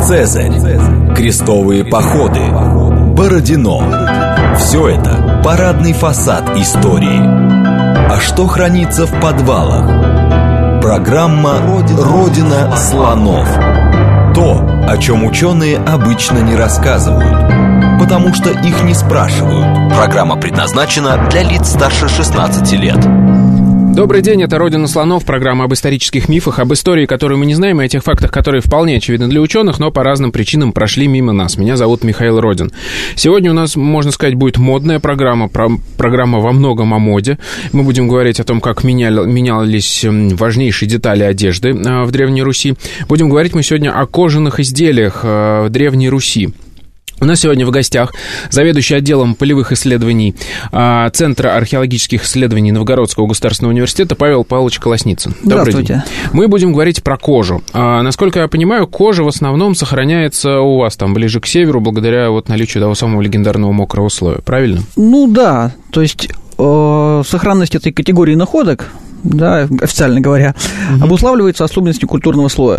Цезарь, крестовые походы, Бородино. Все это парадный фасад истории. А что хранится в подвалах? Программа «Родина слонов». То, о чем ученые обычно не рассказывают, потому что их не спрашивают. Программа предназначена для лиц старше 16 лет. Добрый день, это «Родина слонов», программа об исторических мифах, об истории, которую мы не знаем, и о тех фактах, которые вполне очевидны для ученых, но по разным причинам прошли мимо нас. Меня зовут Михаил Родин. Сегодня у нас, можно сказать, будет модная программа, программа во многом о моде. Мы будем говорить о том, как менялись важнейшие детали одежды в Древней Руси. Будем говорить мы сегодня о кожаных изделиях в Древней Руси. У нас сегодня в гостях заведующий отделом полевых исследований Центра археологических исследований Новгородского государственного университета Павел Павлович Колосницын. Здравствуйте. Мы будем говорить про кожу. Насколько я понимаю, кожа в основном сохраняется у вас там ближе к северу, благодаря вот наличию того самого легендарного мокрого слоя, правильно? Ну да, то есть сохранность этой категории находок, да, официально говоря, обуславливается особенностью культурного слоя.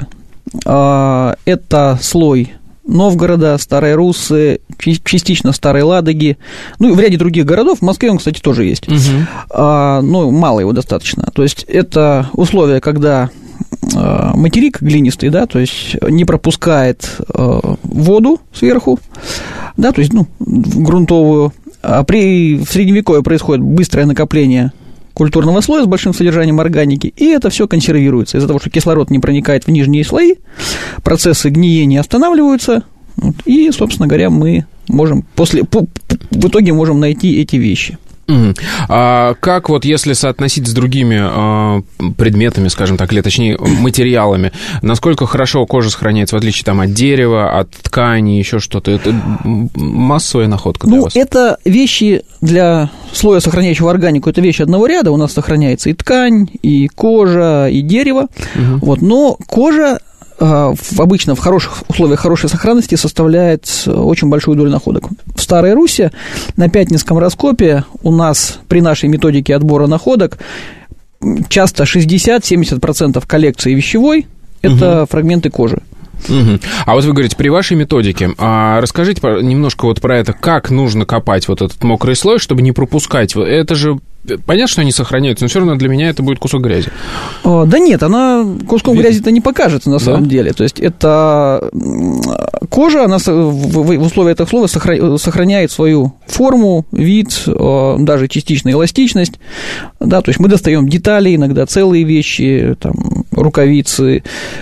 Это слой Новгорода, Старой Руссы, частично Старой Ладоги, ну и в ряде других городов. В Москве он, кстати, тоже есть. Но мало его достаточно. То есть это условия, когда материк глинистый, да, то есть не пропускает воду сверху, да, то есть, грунтовую. А в Средневековье происходит быстрое накопление культурного слоя с большим содержанием органики, и это все консервируется. Из-за того, что кислород не проникает в нижние слои, процессы гниения останавливаются, и, собственно говоря, мы можем в итоге можем найти эти вещи. А как вот если соотносить с другими предметами, скажем так, или точнее материалами, насколько хорошо кожа сохраняется, в отличие там от дерева, от ткани, еще что-то? Это массовая находка для вас? Это вещи для слоя, сохраняющего органику, это вещи одного ряда. У нас сохраняется и ткань, и кожа, и дерево. Но кожа обычно в хороших условиях хорошей сохранности составляет очень большую долю находок. В Старой Руси на Пятницком раскопе у нас при нашей методике отбора находок часто 60-70% коллекции вещевой – это фрагменты кожи. А вот вы говорите, при вашей методике, расскажите немножко вот про это, как нужно копать вот этот мокрый слой, чтобы не пропускать. Это же понятно, что они сохраняются, но все равно для меня это будет кусок грязи. Да нет, она куском грязи-то не покажется на самом деле. То есть это кожа, она в условиях этого слоя сохраняет свою форму, вид, даже частично эластичность. Да, то есть мы достаем детали, иногда целые вещи, там, рукавицы,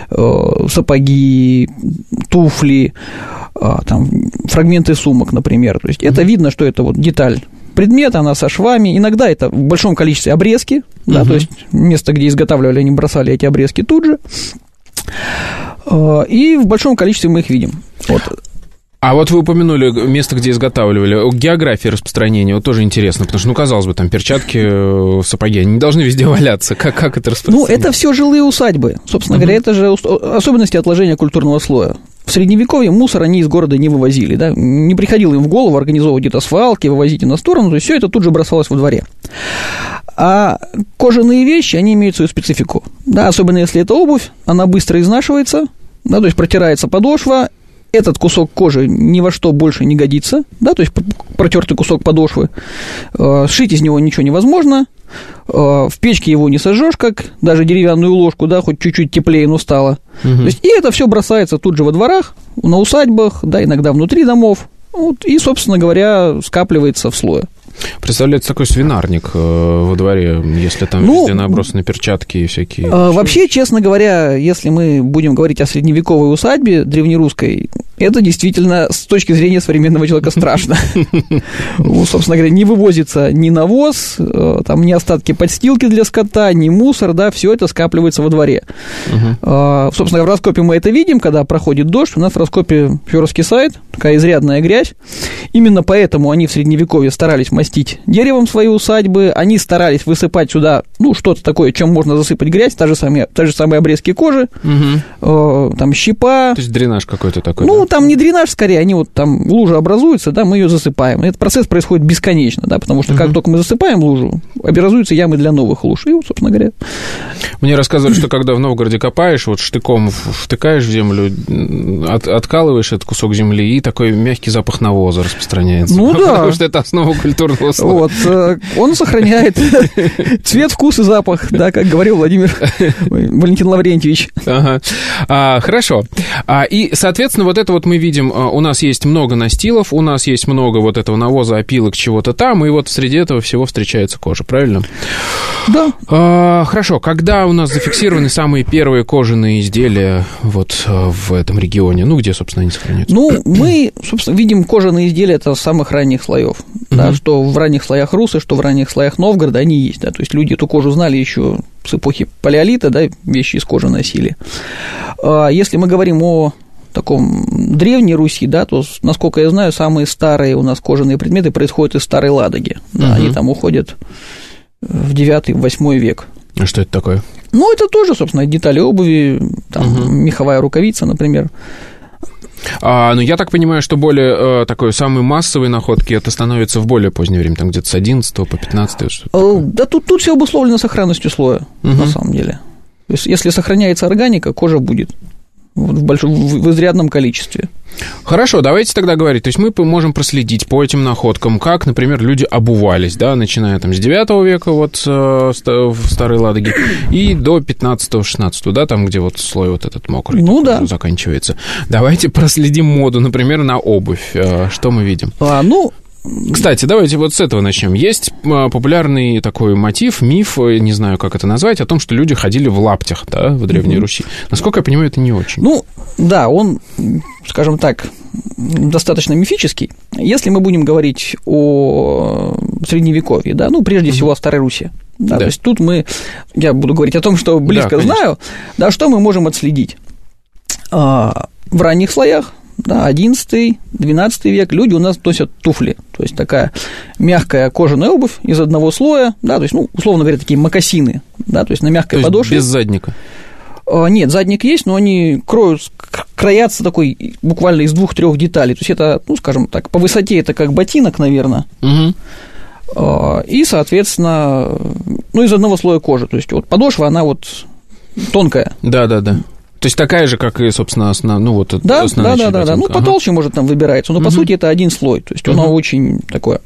сапоги, туфли, там, фрагменты сумок, например. То есть это видно, что это вот деталь предмета, она со швами. Иногда это в большом количестве обрезки, да, то есть место, где изготавливали, они бросали эти обрезки тут же. И в большом количестве мы их видим. Вот. А вот вы упомянули место, где изготавливали. География распространения, вот тоже интересно, потому что, казалось бы, там перчатки, сапоги, они не должны везде валяться. Как это распространяется? Это все жилые усадьбы. Собственно говоря, это же особенности отложения культурного слоя. В Средневековье мусор они из города не вывозили, да? Не приходило им в голову организовывать где-то свалки, вывозить на сторону, то есть все это тут же бросалось во дворе. А кожаные вещи, они имеют свою специфику, да? Особенно если это обувь, она быстро изнашивается, да? То есть протирается подошва, этот кусок кожи ни во что больше не годится, да? То есть протертый кусок подошвы, сшить из него ничего невозможно, в печке его не сожжешь, как даже деревянную ложку, да, хоть чуть-чуть теплее, но стало. То есть, и это все бросается тут же во дворах, на усадьбах, да, иногда внутри домов, и, собственно говоря, скапливается в слое. Представляется такой свинарник во дворе, если там везде набросаны перчатки и всякие... Вообще, честно говоря, если мы будем говорить о средневековой усадьбе древнерусской, это действительно с точки зрения современного человека страшно. Собственно говоря, не вывозится ни навоз, там ни остатки подстилки для скота, ни мусор, да, все это скапливается во дворе. Собственно, в раскопе мы это видим, когда проходит дождь, у нас в раскопе все раскисает, такая изрядная грязь. Именно поэтому они в Средневековье старались мастить деревом свои усадьбы, они старались высыпать сюда, что-то такое, чем можно засыпать грязь, та же самые обрезки кожи, там щепа. То есть дренаж какой-то такой. Ну, там не дренаж, скорее, они вот там, лужа образуется, да, мы ее засыпаем. Этот процесс происходит бесконечно, да, потому что как только мы засыпаем лужу, образуются ямы для новых луж. И вот, собственно говоря. Мне рассказывали, что когда в Новгороде копаешь, вот штыком втыкаешь в землю, откалываешь этот кусок земли, и такой мягкий запах навоза распространяется. Ну, да. Потому что это основа культурного слоя. Вот, он сохраняет цвет, вкус и запах, да, как говорил Валентин Лаврентьевич. Ага. Хорошо. И, соответственно, вот это вот мы видим, у нас есть много настилов, у нас есть много вот этого навоза, опилок, чего-то там, и вот среди этого всего встречается кожа, правильно? Да. Хорошо. Когда у нас зафиксированы самые первые кожаные изделия вот в этом регионе? Ну, где, собственно, они сохраняются? Ну, мы, собственно, видим кожаные изделия это с самых ранних слоев. Да, что в ранних слоях Руси, что в ранних слоях Новгорода они есть. Да, то есть люди эту кожу знали еще с эпохи палеолита, да, вещи из кожи носили. Если мы говорим о таком Древней Руси, да, то, насколько я знаю, самые старые у нас кожаные предметы происходят из Старой Ладоги. Да, они там уходят в 9-8 век. А что это такое? Ну, это тоже, собственно, детали обуви, там, меховая рукавица, например. Ну, я так понимаю, что более такой самые массовые находки это становится в более позднее время, там где-то с 11 по 15 что-то. Да, тут все обусловлено сохранностью слоя, на самом деле. Если сохраняется органика, кожа будет в изрядном количестве. Хорошо, давайте тогда говорить. То есть мы можем проследить по этим находкам, как, например, люди обувались, да, начиная там с 9 века вот в Старой Ладоге и до 15-16, да, там, где вот слой вот этот мокрый заканчивается. Давайте проследим моду, например, на обувь. Что мы видим? Кстати, давайте вот с этого начнем. Есть популярный такой мотив, миф, не знаю, как это назвать, о том, что люди ходили в лаптях, да, в Древней Руси. Насколько я понимаю, это не очень. Ну, да, он, скажем так, достаточно мифический. Если мы будем говорить о Средневековье, да, ну, прежде всего о Старой Руси, да, то есть тут я буду говорить о том, что близко знаю, да, что мы можем отследить. В ранних слоях, да, 11-12 век люди у нас носят туфли, то есть такая мягкая кожаная обувь из одного слоя, да, то есть, ну, условно говоря, такие мокасины, да, то есть на мягкой подошве. Без задника? Нет, задник есть, но они краятся такой буквально из 2-3 деталей, то есть это, ну, скажем так, по высоте это как ботинок, наверное, и, соответственно, ну, из одного слоя кожи, то есть вот подошва, она вот тонкая. Да-да-да. То есть такая же, как и, собственно, основная часть ботинка. Ну, потолще, может, там выбирается, но, по сути, это один слой, то есть оно очень такое.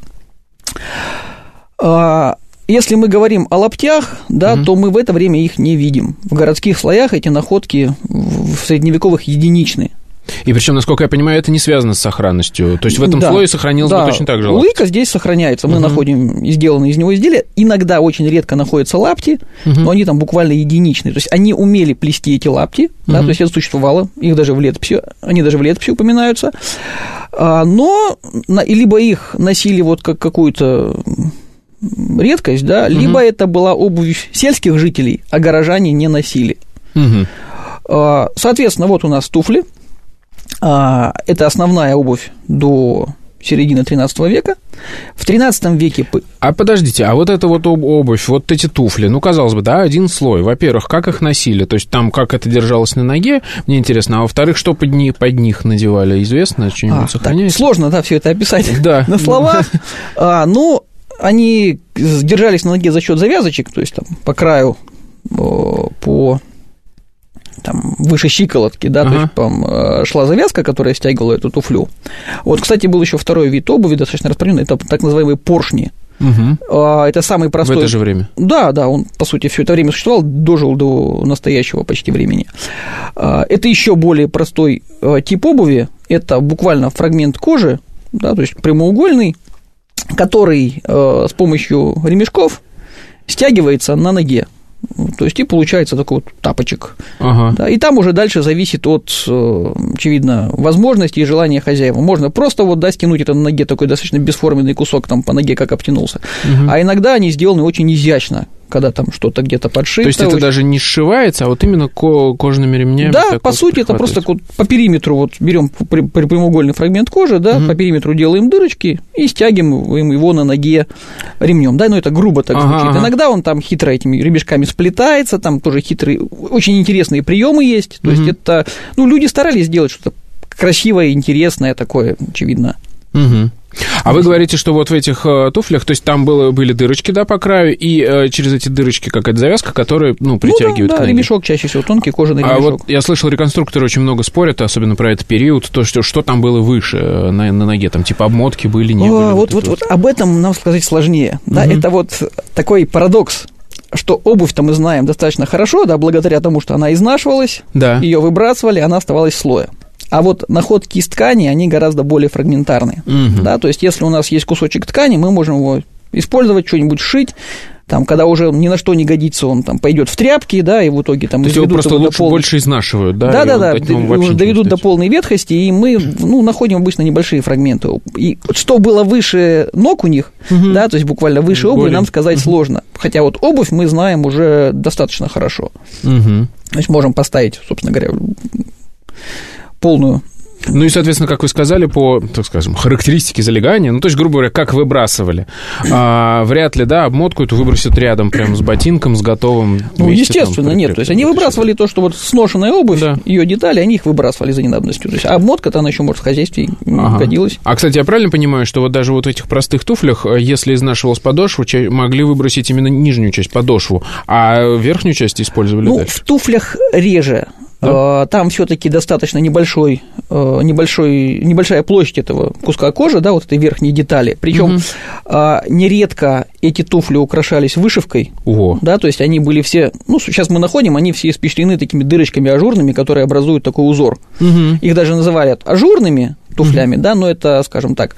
Если мы говорим о лаптях, да, то мы в это время их не видим. В городских слоях эти находки в средневековых единичны. И причем, насколько я понимаю, это не связано с сохранностью. То есть в этом слое сохранилось бы точно так же лапти. Лыка здесь сохраняется. Мы находим сделанные из него изделия. Иногда очень редко находятся лапти, но они там буквально единичные. То есть они умели плести эти лапти, да, то есть это существовало. Их даже в летописи, они даже в летописи упоминаются. Но либо их носили вот как какую-то редкость, да, либо это была обувь сельских жителей, а горожане не носили. Соответственно, вот у нас туфли. Это основная обувь до середины XIII века. В XIII веке... подождите, а вот эта вот обувь, вот эти туфли, ну, казалось бы, да, один слой. Во-первых, как их носили? То есть там как это держалось на ноге, мне интересно. А во-вторых, что под них надевали? Известно, что-нибудь сохраняется? Сложно, да, все это описать на словах. Ну, они держались на ноге за счет завязочек, то есть там по краю, там, выше щиколотки, да, то есть там шла завязка, которая стягивала эту туфлю. Вот, кстати, был еще второй вид обуви, достаточно распространенный, это так называемые поршни. Это самый простой... В это же время? Да, он, по сути, все это время существовал, дожил до настоящего почти времени. Это еще более простой тип обуви, это буквально фрагмент кожи, да, то есть прямоугольный, который с помощью ремешков стягивается на ноге. То есть и получается такой вот тапочек. Да, и там уже дальше зависит от, очевидно, возможностей и желания хозяева. Можно просто вот, да, стянуть это на ноге, такой достаточно бесформенный кусок там по ноге, как обтянулся. А иногда они сделаны очень изящно, когда там что-то где-то подшито. То есть это даже не сшивается, а вот именно кожаными ремнями? Да, по сути, это просто вот по периметру, вот берем прямоугольный фрагмент кожи, да, по периметру делаем дырочки и стягиваем его на ноге ремнем, да, но это грубо так звучит. Иногда он там хитро этими ремешками сплетается, там тоже хитрые, очень интересные приемы есть, то есть это, ну, люди старались сделать что-то красивое, интересное такое, очевидно. Угу. А вы говорите, что вот в этих туфлях, то есть там были дырочки, да, по краю, и через эти дырочки какая-то завязка, которая, притягивает к ноге. Ремешок чаще всего, тонкий кожаный ремешок. А вот я слышал, реконструкторы очень много спорят, особенно про этот период, то, что там было выше на ноге, там типа обмотки были, не были. Вот об этом нам сказать сложнее. Да, это вот такой парадокс, что обувь-то мы знаем достаточно хорошо, да, благодаря тому, что она изнашивалась, ее выбрасывали, она оставалась в слое. А вот находки из ткани, они гораздо более фрагментарные. Да, то есть, если у нас есть кусочек ткани, мы можем его использовать, что-нибудь сшить. Там, когда уже ни на что не годится, он там пойдет в тряпки, да, и в итоге там то есть его просто лучше больше изнашивают, да? Да, доведут до полной ветхости, и мы находим обычно небольшие фрагменты. И что было выше ног у них, да, то есть буквально выше обуви, нам сказать сложно. Хотя вот обувь мы знаем уже достаточно хорошо. То есть можем поставить, собственно говоря, полную. Ну и, соответственно, как вы сказали, по, так скажем, характеристике залегания, то есть, грубо говоря, как выбрасывали, вряд ли, да, обмотку эту выбросят рядом прямо с ботинком, с готовым. Естественно, нет. То есть, они выбрасывали то, что вот сношенная обувь, ее детали, они их выбрасывали за ненадобностью. То есть, а обмотка-то она еще, может, в хозяйстве годилась. А, кстати, я правильно понимаю, что вот даже вот в этих простых туфлях, если изнашивалась подошва, могли выбросить именно нижнюю часть, подошву, а верхнюю часть использовали дальше? В туфлях реже. Да? Там все-таки достаточно небольшая площадь этого куска кожи, да, вот этой верхней детали. Причем нередко эти туфли украшались вышивкой. Да, то есть они были все, сейчас мы находим, они все испещрены такими дырочками ажурными, которые образуют такой узор. Их даже называют ажурными туфлями, да, но это, скажем так,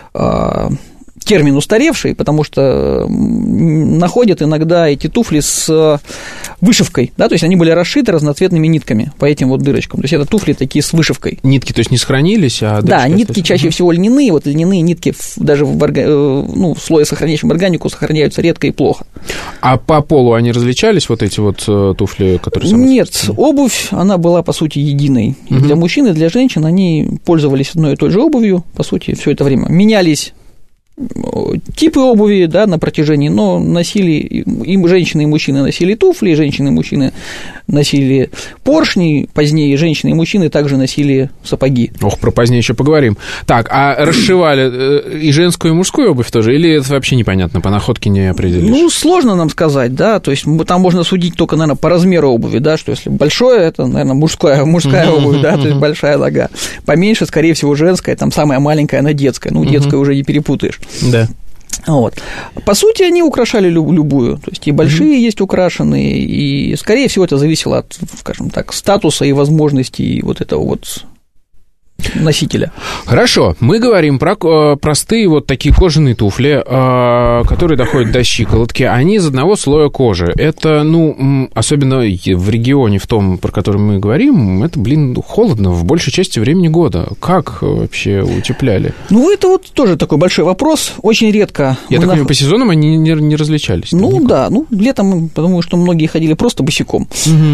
термин устаревший, потому что находят иногда эти туфли с вышивкой, да, то есть они были расшиты разноцветными нитками по этим вот дырочкам, то есть это туфли такие с вышивкой. Нитки, то есть не сохранились, а... Да, нитки чаще всего льняные, вот льняные нитки даже в слое, сохраняющем органику, сохраняются редко и плохо. А по полу они различались, вот эти вот туфли, которые... Нет, обувь, она была, по сути, единой. И для мужчин и для женщин они пользовались одной и той же обувью, по сути, все это время. Менялись типы обуви, да, на протяжении, но носили, и женщины, и мужчины носили туфли, и женщины, и мужчины носили поршни, позднее женщины и мужчины также носили сапоги. Ох, про позднее еще поговорим. Так, а расшивали и женскую, и мужскую обувь тоже, или это вообще непонятно, по находке не определишь? Сложно нам сказать, да, то есть там можно судить только, наверное, по размеру обуви, да, что если большое, это, наверное, мужская обувь, да, то есть большая нога, поменьше, скорее всего, женская, там самая маленькая, она детская, детская уже не перепутаешь. Да. Вот. По сути, они украшали любую, то есть и большие есть украшенные, и, скорее всего, это зависело от, скажем так, статуса и возможностей вот этого вот носителя. Хорошо, мы говорим про простые вот такие кожаные туфли, которые доходят до щиколотки, они из одного слоя кожи. Это, особенно в регионе, в том, про который мы говорим, это, холодно в большей части времени года. Как вообще утепляли? Это вот тоже такой большой вопрос, очень редко. Я так понимаю, по сезонам они не различались? Летом, потому что многие ходили просто босиком.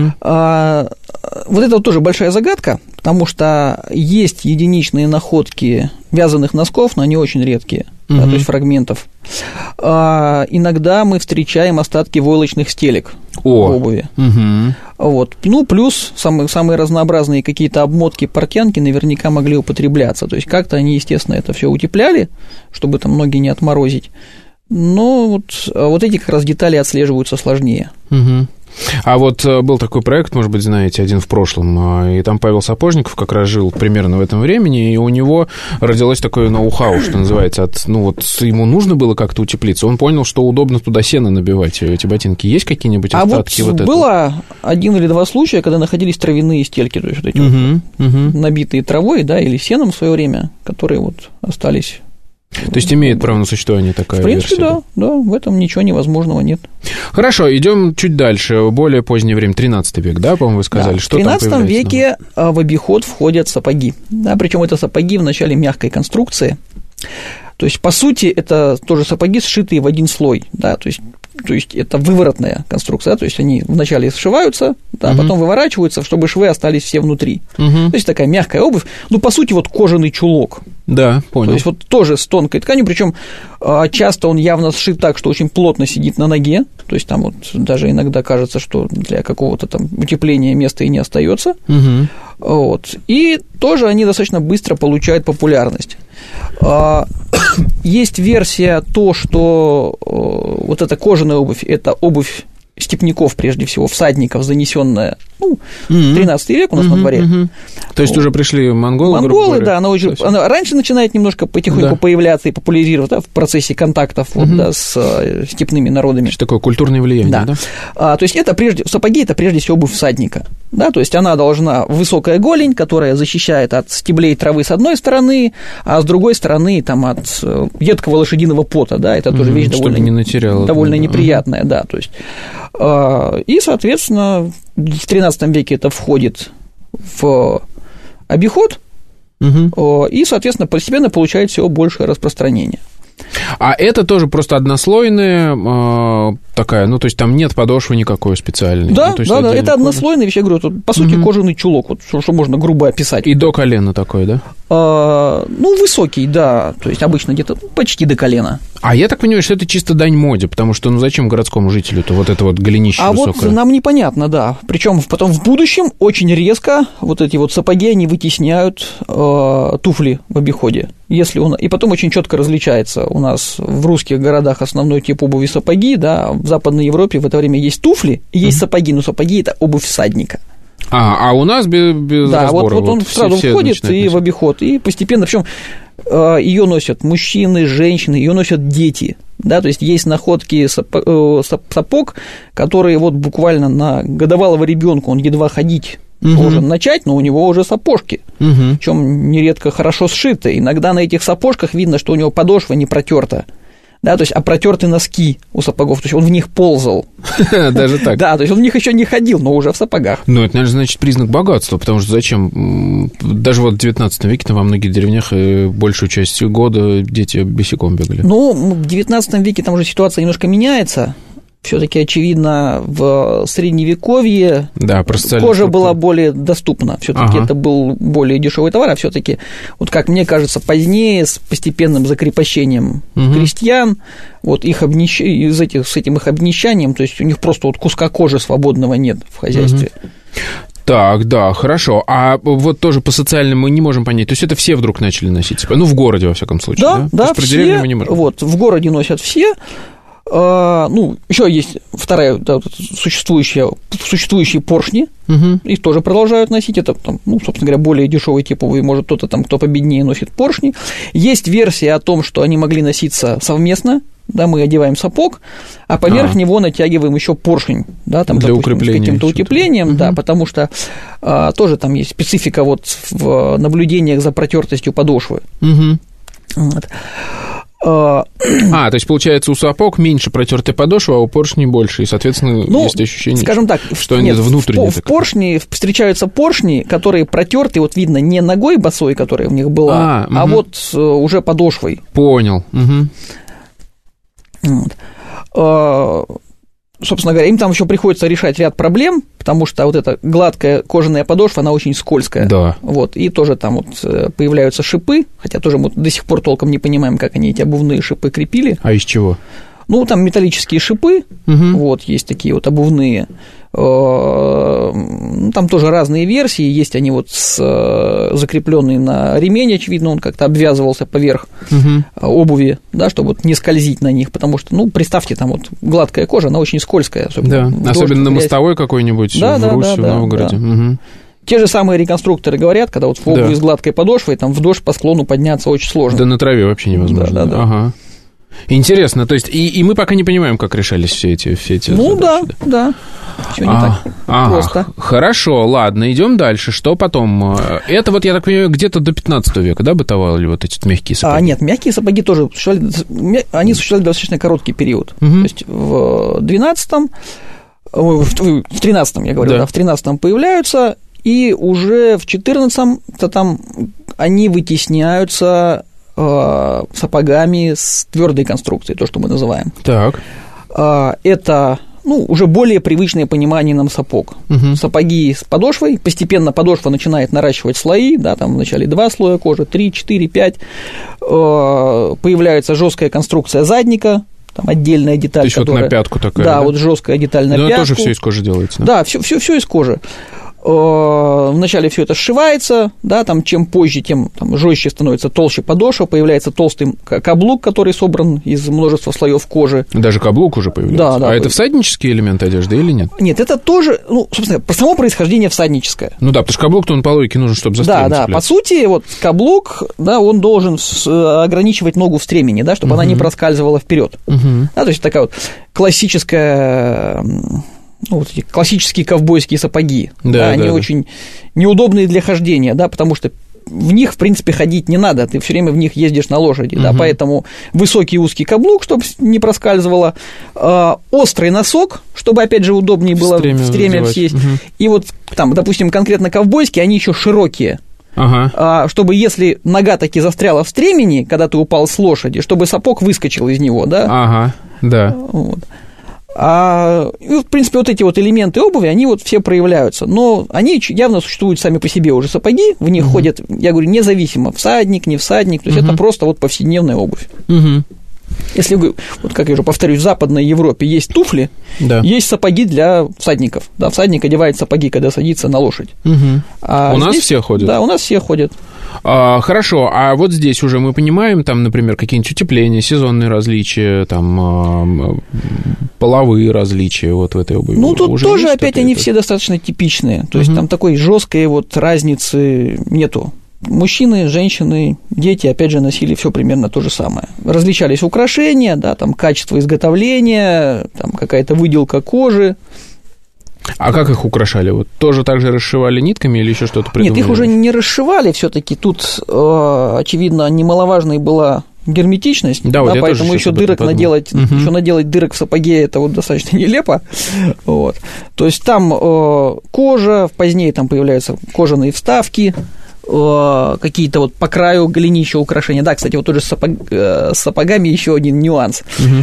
Вот это вот тоже большая загадка, потому что есть единичные находки вязаных носков, но они очень редкие, да, то есть фрагментов. Иногда мы встречаем остатки войлочных стелек в обуви. Вот. Плюс самые разнообразные какие-то обмотки, портянки наверняка могли употребляться. То есть как-то они, естественно, это все утепляли, чтобы там ноги не отморозить. Но вот эти как раз детали отслеживаются сложнее. А вот был такой проект, может быть, знаете, один в прошлом, и там Павел Сапожников как раз жил примерно в этом времени, и у него родилось такое ноу-хау, что называется, ему нужно было как-то утеплиться, он понял, что удобно туда сено набивать, эти ботинки. Есть какие-нибудь остатки вот этого? Было 1 или 2 случая, когда находились травяные стельки, то есть вот эти набитые травой, да, или сеном в свое время, которые вот остались. То есть имеет право на существование такая версия? В принципе, да, в этом ничего невозможного нет. Хорошо, идем чуть дальше, более позднее время, 13 век, да, по-моему, вы сказали, да, что там появляется? В 13 веке в обиход входят сапоги, да, причем это сапоги в начале мягкой конструкции, То есть, по сути, это тоже сапоги, сшитые в один слой, да, то есть это выворотная конструкция, да, то есть они вначале сшиваются, да, потом выворачиваются, чтобы швы остались все внутри. То есть такая мягкая обувь, ну, по сути, вот кожаный чулок. Да, понял. То есть вот тоже с тонкой тканью, причем часто он явно сшит так, что очень плотно сидит на ноге, то есть там вот даже иногда кажется, что для какого-то там утепления места и не остается. Вот. И тоже они достаточно быстро получают популярность. Есть версия то, что вот эта кожаная обувь, это обувь степняков, прежде всего, всадников, занесенная, ну, 13 век у нас на дворе. То есть уже пришли монголы? Монголы, да, она раньше начинает немножко потихоньку появляться и популяризироваться, да, в процессе контактов вот, да, с степными народами. Что такое культурное влияние, да? То есть это сапоги – это прежде всего обувь всадника, да, то есть она должна высокая голень, которая защищает от стеблей травы с одной стороны, а с другой стороны там от едкого лошадиного пота, да, это тоже вещь довольно неприятная, да, то есть. И, соответственно, в XIII веке это входит в обиход, и, соответственно, постепенно получает все большее распространение. А это тоже просто однослойная такая, ну, то есть там нет подошвы никакой специальной? Да, ну, да, это однослойная вещь, я говорю, тут, по сути, кожаный чулок, вот, что можно грубо описать. И до колена такой, да? Ну, высокий, да, то есть обычно где-то почти до колена. А я так понимаю, что это чисто дань моде, потому что, ну, зачем городскому жителю-то вот это вот голенище высокое? Вот нам непонятно, да, причем потом в будущем очень резко вот эти вот сапоги, они вытесняют туфли в обиходе. И потом очень четко различается у нас в русских городах основной тип обуви сапоги, да, в Западной Европе в это время есть туфли и есть сапоги, но сапоги – это обувь всадника. А у нас без да, разбора. Вот он сразу входит и в обиход, и постепенно, причем ее носят мужчины, женщины, ее носят дети, да, то есть есть находки сапог, которые вот буквально на годовалого ребенка он едва ходить должен начать, но у него уже сапожки, причем нередко хорошо сшиты, иногда на этих сапожках видно, что у него подошва не протерта. Да, то есть, а протерты носки у сапогов, то есть он в них ползал. Даже так? Да, то есть он в них еще не ходил, но уже в сапогах. Ну, это, наверное, значит признак богатства, потому что зачем? Даже вот в 19 веке там во многих деревнях большую часть года дети босиком бегали. Ну, в 19 веке там уже ситуация немножко меняется. Все-таки, очевидно, в Средневековье кожа была более доступна. Все-таки это был более дешевый товар, а все-таки, вот как мне кажется, позднее с постепенным закрепощением крестьян, вот их с этим их обнищанием, то есть у них просто вот куска кожи свободного нет в хозяйстве. Так, да, хорошо. А вот тоже по социальным мы не можем понять. То есть это все вдруг начали носить? Ну, в городе, во всяком случае, да? Да, про деревню мы не можем. Вот, в городе носят все. Ну, еще есть вторая, да, существующие поршни, их тоже продолжают носить, это, там, ну, собственно говоря, более дешевый тип обуви, может, кто-то там, кто победнее, носит поршни. Есть версия о том, что они могли носиться совместно, да, мы одеваем сапог, а поверх него натягиваем еще поршень, да, там, для допустим, укрепления, с каким-то утеплением, да, потому что тоже там есть специфика вот в наблюдениях за протертостью подошвы. Вот. То есть, получается, у сапог меньше протертая подошва, а у поршней больше, и, соответственно, есть ощущение, скажем так, что они внутренние. В поршни встречаются поршни, которые протерты, вот видно, не ногой босой, которая у них была, а вот уже подошвой. Понял. Вот. Собственно говоря, им там еще приходится решать ряд проблем, потому что вот эта гладкая кожаная подошва, она очень скользкая. Да. Вот, и тоже там вот появляются шипы, хотя тоже мы до сих пор толком не понимаем, как они эти обувные шипы крепили. А из чего? Ну, там металлические шипы, вот, есть такие вот обувные. Там тоже разные версии, есть они вот закрепленные на ремень, очевидно, он как-то обвязывался поверх обуви, да, чтобы вот не скользить на них, потому что, ну, представьте, там вот гладкая кожа, она очень скользкая. Особенно на мостовой какой-нибудь в Руси, в Новгороде. Да. Те же самые реконструкторы говорят, когда вот в обуви с гладкой подошвой, там в дождь по склону подняться очень сложно. Да на траве вообще невозможно. Да. Ага. Интересно, то есть, и мы пока не понимаем, как решались все эти ну, задачи. Да. Все не так просто. Хорошо, ладно, идем дальше. Что потом? Это вот, я так понимаю, где-то до 15 века, да, бытовали вот эти мягкие сапоги? Нет, мягкие сапоги тоже существовали достаточно короткий период. То есть в 13-м, в 13-м, я говорю, в 13-м появляются, и уже в 14-м там они вытесняются сапогами с твердой конструкцией, то, что мы называем. Так. Это уже более привычное понимание нам сапог. Сапоги с подошвой, постепенно подошва начинает наращивать слои, да, там вначале 2 слоя кожи, 3, 4, 5, появляется жесткая конструкция задника, там отдельная деталь, то есть которая... вот на пятку такая, да? Вот жесткая деталь на пятку. Да, тоже все из кожи делается. Да, все из кожи. Вначале все это сшивается, да, там чем позже, тем жестче становится, толще подошва, появляется толстый каблук, который собран из множества слоев кожи. Даже каблук уже появляется. Да, это всаднический элемент одежды или нет? Нет, это тоже, собственно, само происхождение всадническое. Ну да, потому что каблук-то он по логике нужен, чтобы за стремя цепляться. Да, по сути, вот каблук, да, он должен ограничивать ногу в стремени, да, чтобы она не проскальзывала вперед. Да, то есть такая вот классическая... вот эти классические ковбойские сапоги, они очень неудобные для хождения, да, потому что в них, в принципе, ходить не надо, ты все время в них ездишь на лошади, да, поэтому высокий узкий каблук, чтобы не проскальзывало, острый носок, чтобы, опять же, удобнее было в стремя съесть, и вот там, допустим, конкретно ковбойские, они еще широкие, чтобы, если нога таки застряла в стремени, когда ты упал с лошади, чтобы сапог выскочил из него, да. Вот. В принципе, вот эти вот элементы обуви, они вот все проявляются, но они явно существуют сами по себе уже сапоги, в них ходят, я говорю, независимо, всадник, не всадник, то есть это просто вот повседневная обувь. Если, вот как я уже повторюсь, в Западной Европе есть туфли, есть сапоги для всадников, да, всадник одевает сапоги, когда садится на лошадь. У нас все ходят? Да, у нас все ходят. Хорошо, а вот здесь уже мы понимаем, там, например, какие-нибудь утепления, сезонные различия, там, половые различия вот в этой обуви. Тут уже тоже, опять, они все достаточно типичные, то есть там такой жесткой вот разницы нету. Мужчины, женщины, дети, опять же, носили все примерно то же самое. Различались украшения, да, там, качество изготовления, там, какая-то выделка кожи. А как их украшали? Вот тоже так же расшивали нитками или еще что-то придумали? Нет, их уже не расшивали все-таки. Тут, очевидно, немаловажной была герметичность, да, вот поэтому еще дырок наделать, еще наделать дырок в сапоге, это вот достаточно нелепо. Вот. То есть там кожа, позднее там появляются кожаные вставки, какие-то вот по краю голенища украшения. Да, кстати, вот тоже с сапогами еще один нюанс.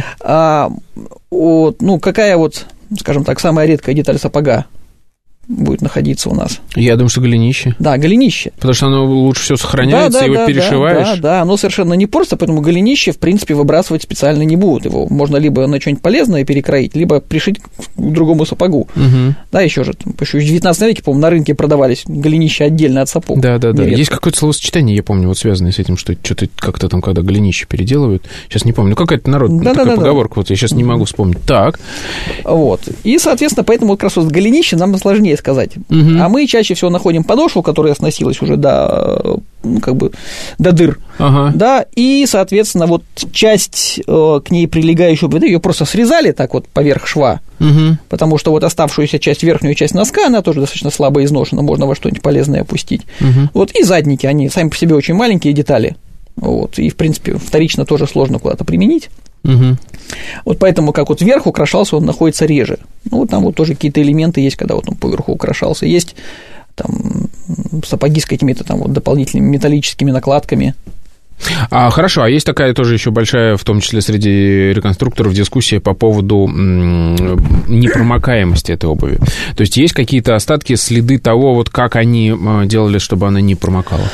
Какая вот, скажем так, самая редкая деталь сапога будет находиться у нас? Я думаю, что голенище. Да, голенище. Потому что оно лучше всего сохраняется, его перешиваешь. Да, оно совершенно не портится, поэтому голенище, в принципе, выбрасывать специально не будут. Его можно либо на что-нибудь полезное перекроить, либо пришить к другому сапогу. Да, еще же, еще в 19 веке, по-моему, на рынке продавались голенища отдельно от сапог. Да. Есть какое-то словосочетание, я помню, вот связанное с этим, что что-то как-то там, когда голенище переделывают. Сейчас не помню. Какая-то народная такая поговорка, вот я сейчас не могу вспомнить. Так. Вот. И, соответственно, поэтому как раз вот голенище нам сложнее сказать. А мы чаще всего находим подошву, которая сносилась уже до дыр, да, и, соответственно, вот часть к ней прилегающую, ее просто срезали так вот поверх шва, потому что вот оставшуюся часть, верхнюю часть носка, она тоже достаточно слабо изношена, можно во что-нибудь полезное опустить. Вот, и задники, они сами по себе очень маленькие детали, вот, и, в принципе, вторично тоже сложно куда-то применить. Вот поэтому, как вот вверх украшался, он находится реже. Там вот тоже какие-то элементы есть, когда вот он поверху украшался. Есть там сапоги с какими-то там вот дополнительными металлическими накладками. Хорошо, а есть такая тоже еще большая, в том числе среди реконструкторов, дискуссия по поводу непромокаемости этой обуви. То есть есть какие-то остатки, следы того, вот как они делали, чтобы она не промокала?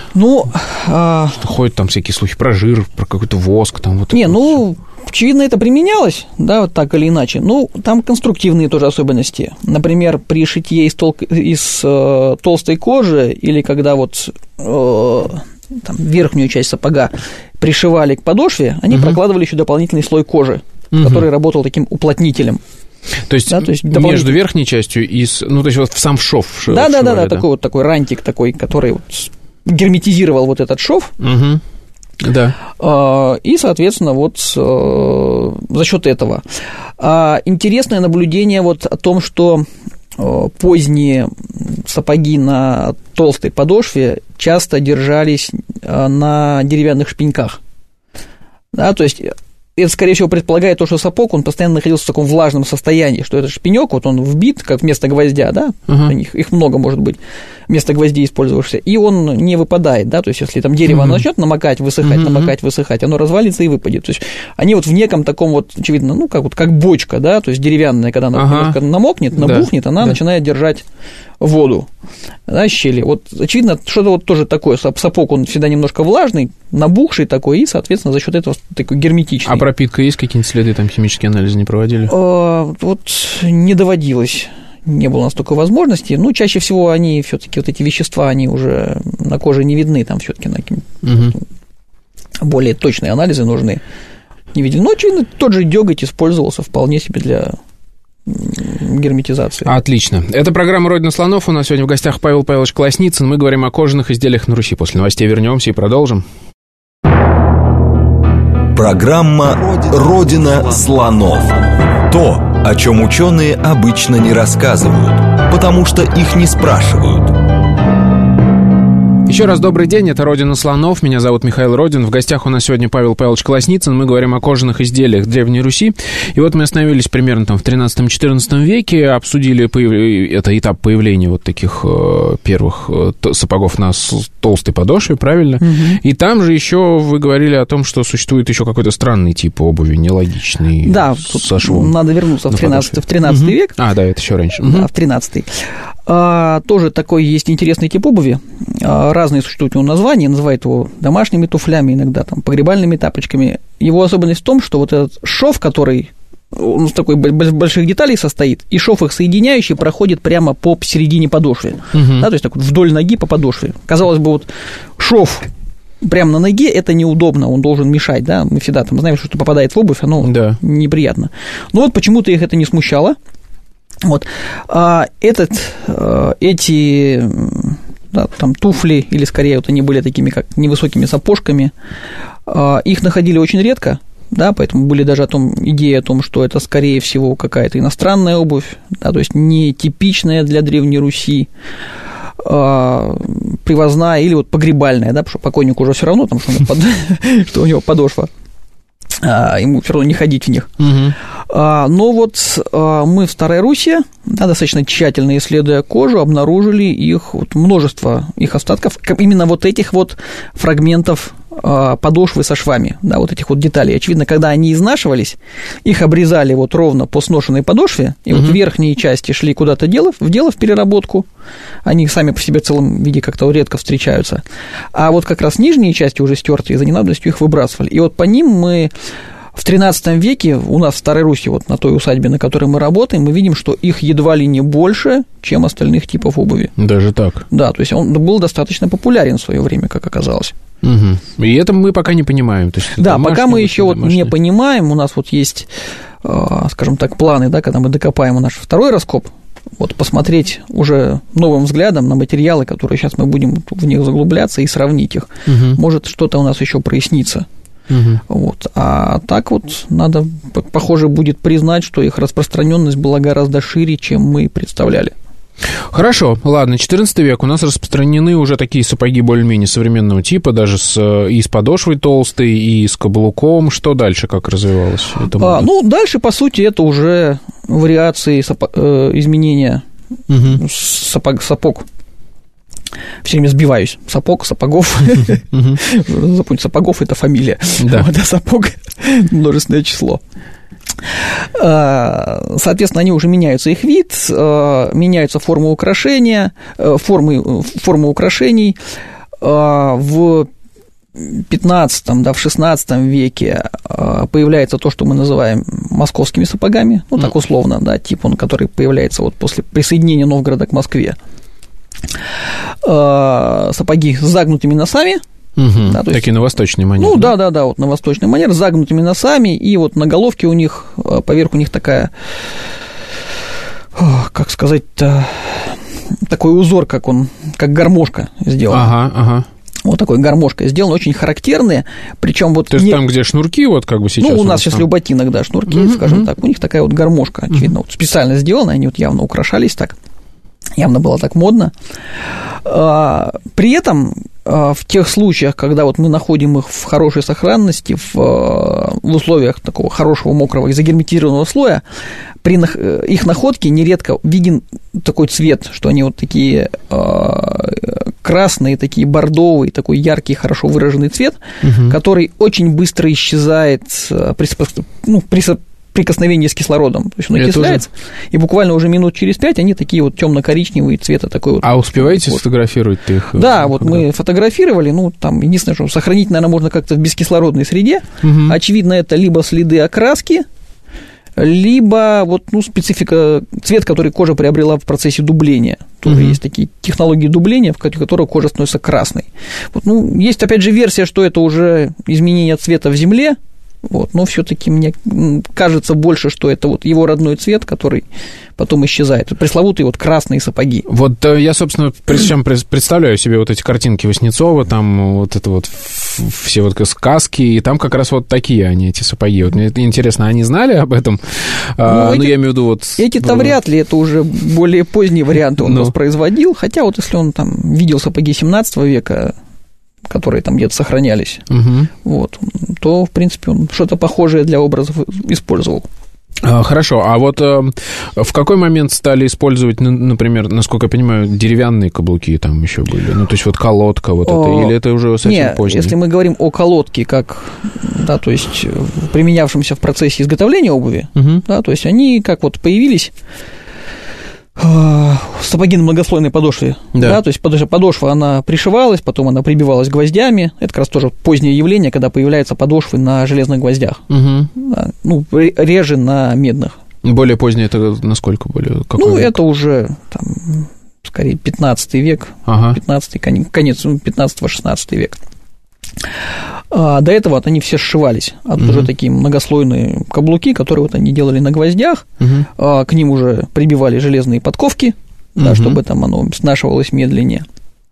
Ходят там всякие слухи про жир, про какой-то воск. Там вот очевидно, это применялось, да, вот так или иначе. Там конструктивные тоже особенности. Например, при шитье из толстой кожи или когда вот там, верхнюю часть сапога пришивали к подошве, они прокладывали еще дополнительный слой кожи, который работал таким уплотнителем. То есть, между верхней частью и... то есть вот в сам шов. Да, такой рантик такой, который вот герметизировал вот этот шов. Да. И, соответственно, вот за счет этого. Интересное наблюдение вот о том, что поздние сапоги на толстой подошве часто держались на деревянных шпеньках. Да, то есть это, скорее всего, предполагает то, что сапог, он постоянно находился в таком влажном состоянии, что это шпинёк, вот он вбит, как вместо гвоздя, да, их много может быть, вместо гвоздей использовавшихся, и он не выпадает, да, то есть если там дерево начнет намокать, высыхать, оно развалится и выпадет. То есть они вот в неком таком вот, очевидно, ну, как бочка, да, то есть деревянная, когда она немножко намокнет, набухнет, она начинает держать воду, да, щели. Вот, очевидно, что-то вот тоже такое. Сапог, он всегда немножко влажный, набухший такой, и, соответственно, за счет этого такой герметичный. А пропитка есть какие-нибудь следы, там химические анализы не проводили? Вот не доводилось. Не было настолько возможностей. Ну, чаще всего они все-таки вот эти вещества, они уже на коже не видны, там все-таки более точные анализы нужны. Не видели. Но, очевидно, тот же деготь использовался вполне себе для герметизации. Отлично. Это программа «Родина слонов». У нас сегодня в гостях Павел Павлович Колосницын. Мы говорим о кожаных изделиях на Руси. После новостей вернемся и продолжим. Программа «Родина слонов». То, о чем ученые обычно не рассказывают, потому что их не спрашивают. Еще раз добрый день, это «Родина слонов», меня зовут Михаил Родин. В гостях у нас сегодня Павел Павлович Колосницын, мы говорим о кожаных изделиях Древней Руси. И вот мы остановились примерно там в 13-14 веке, обсудили это этап появления вот таких первых сапогов на толстой подошве, правильно? И там же еще вы говорили о том, что существует еще какой-то странный тип обуви, нелогичный, да, со швом. Надо вернуться в 13 век. А, да, это еще раньше. Да, в 13-й. Тоже такой есть интересный тип обуви. Разные существуют у него названия, называют его домашними туфлями, иногда там погребальными тапочками. Его особенность в том, что вот этот шов, который он из такой больших деталей состоит, и шов их соединяющий проходит прямо по середине подошвы, да, то есть так вот вдоль ноги по подошве. Казалось бы, вот шов прямо на ноге, это неудобно, он должен мешать, да, мы всегда там знаем, что попадает в обувь, оно неприятно. Но вот почему-то их это не смущало. Вот. Эти да, там, туфли, или скорее вот они были такими, как невысокими сапожками, их находили очень редко, да, поэтому были даже идеи о том, что это, скорее всего, какая-то иностранная обувь, да, то есть не типичная для Древней Руси, привозная или вот погребальная, да, потому что покойнику уже все равно, там, что у него подошва, ему все равно не ходить в них. Но вот мы в Старой Руси, да, достаточно тщательно исследуя кожу, обнаружили их вот, множество их остатков, именно вот этих вот фрагментов подошвы со швами, да, вот этих вот деталей. Очевидно, когда они изнашивались, их обрезали вот ровно по сношенной подошве, и вот верхние части шли куда-то в переработку, они сами по себе в целом виде как-то редко встречаются, а вот как раз нижние части уже стертые, за ненадобностью их выбрасывали. И вот по ним мы в XIII веке у нас в Старой Руси, вот на той усадьбе, на которой мы работаем, мы видим, что их едва ли не больше, чем остальных типов обуви. Даже так? Да, то есть он был достаточно популярен в свое время, как оказалось. И это мы пока не понимаем. То есть да, пока мы еще вот не понимаем, у нас вот есть, скажем так, планы, да, когда мы докопаем наш второй раскоп, вот посмотреть уже новым взглядом на материалы, которые сейчас мы будем в них заглубляться и сравнить их. Может, что-то у нас еще прояснится. Вот. А так вот надо, похоже, будет признать, что их распространенность была гораздо шире, чем мы представляли. Хорошо, ладно, 14 век, у нас распространены уже такие сапоги более-менее современного типа, даже и с подошвой толстой, и с каблуком. Что дальше, как развивалось? Дальше, по сути, это уже вариации изменения сапог. Все время сбиваюсь. Сапогов. Запомните, Сапогов – это фамилия. Да, сапог – множественное число. Соответственно, они уже меняются их вид, меняются формы украшения, формы украшений. В 15-м, да, в 16 веке появляется то, что мы называем московскими сапогами, ну, так условно, да, тип он, который появляется вот после присоединения Новгорода к Москве. Сапоги с загнутыми носами. Да, такие на восточный манер. Ну, да, вот на восточный манер, с загнутыми носами, и вот на головке у них, поверх у них такая, как сказать-то, такой узор, как гармошка сделан. Вот такой гармошкой сделан, очень характерный, причем вот... То есть там, где шнурки, вот как бы сейчас... Ну, у нас сейчас в ботинок, да, шнурки, скажем так, у них такая вот гармошка, очевидно, вот специально сделана, они вот явно украшались так, явно было так модно. При этом в тех случаях, когда вот мы находим их в хорошей сохранности, в условиях такого хорошего мокрого и загерметизированного слоя, при их находке нередко виден такой цвет, что они вот такие красные, такие бордовые, такой яркий, хорошо выраженный цвет, который очень быстро исчезает при прикосновении с кислородом. То есть он окисляется, и буквально уже минут через 5 они такие вот темно-коричневые цвета такой вот. А успеваете сфотографировать их? Да, вот мы фотографировали, там единственное, что сохранить, наверное, можно как-то в бескислородной среде. Очевидно, это либо следы окраски, либо вот, специфика, цвет, который кожа приобрела в процессе дубления. Тоже есть такие технологии дубления, в которых кожа становится красной. Вот, есть, опять же, версия, что это уже изменение цвета в земле, но все-таки мне кажется больше, что это вот его родной цвет, который потом исчезает. Пресловутые вот красные сапоги. Вот я, собственно, представляю себе вот эти картинки Васнецова, там вот это вот все вот сказки, и там как раз вот такие они, эти сапоги. Вот мне интересно, они знали об этом? Я имею в виду вот... Эти-то вряд ли, это уже более поздний вариант он воспроизводил, хотя вот если он там видел сапоги 17 века, которые там где-то сохранялись, то, в принципе, он что-то похожее для образов использовал. Хорошо, а вот в какой момент стали использовать, например, насколько я понимаю, деревянные каблуки там еще были? То есть вот колодка вот это, или это уже совсем позднее? Если мы говорим о колодке, то есть применявшемся в процессе изготовления обуви, то есть они как вот появились... Сапоги на многослойной подошве, то есть подошва, она пришивалась, потом она прибивалась гвоздями, это как раз тоже позднее явление, когда появляются подошвы на железных гвоздях, реже на медных. Более позднее это насколько более? Какой век? Это уже, там, скорее, 15 век, 15-й, конец 15-16 век. До этого вот они все сшивались, уже такие многослойные каблуки, которые вот они делали на гвоздях, к ним уже прибивали железные подковки, чтобы там оно снашивалось медленнее.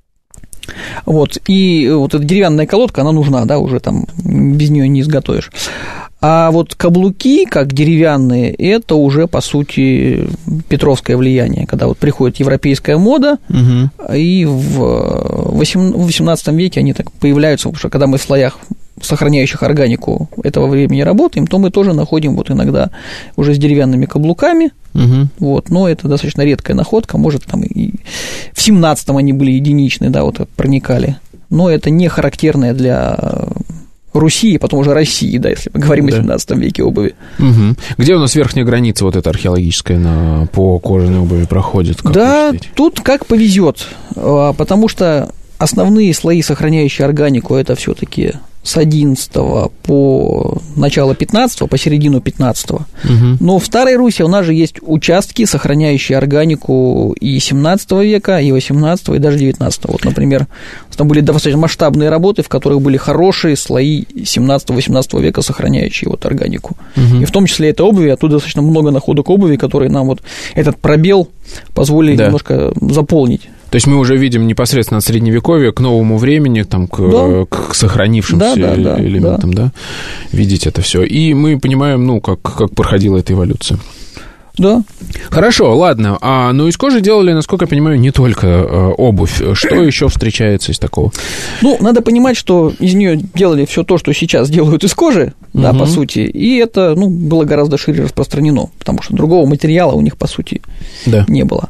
И вот эта деревянная колодка, она нужна, уже там без нее не изготовишь. А вот каблуки, как деревянные, это уже, по сути, петровское влияние, когда вот приходит европейская мода, и в XVIII веке они так появляются, потому что когда мы в слоях, сохраняющих органику, этого времени работаем, то мы тоже находим вот иногда уже с деревянными каблуками, но это достаточно редкая находка, может, там и в XVII они были единичные, проникали, но это не характерное для... Руси, и потом уже России, если мы говорим о 17 веке обуви. Где у нас верхняя граница вот эта археологическая по кожаной обуви проходит? Тут как повезет, потому что основные слои, сохраняющие органику, это все-таки с 11 по начало 15, по середину 15. Но в Старой Руси у нас же есть участки, сохраняющие органику и 17 века, и 18, и даже 19. Вот, например, там были достаточно масштабные работы, в которых были хорошие слои 17-18 века, сохраняющие вот органику. И в том числе это обуви, оттуда достаточно много находок обуви, которые нам вот этот пробел позволили немножко заполнить. То есть мы уже видим непосредственно от Средневековья к новому времени, там, к сохранившимся элементам, видеть это все. И мы понимаем, как проходила эта эволюция. Да. Хорошо, ладно. Из кожи делали, насколько я понимаю, не только обувь. Что еще встречается из такого? Надо понимать, что из нее делали все то, что сейчас делают из кожи, по сути, и это, было гораздо шире распространено, потому что другого материала у них, по сути, не было.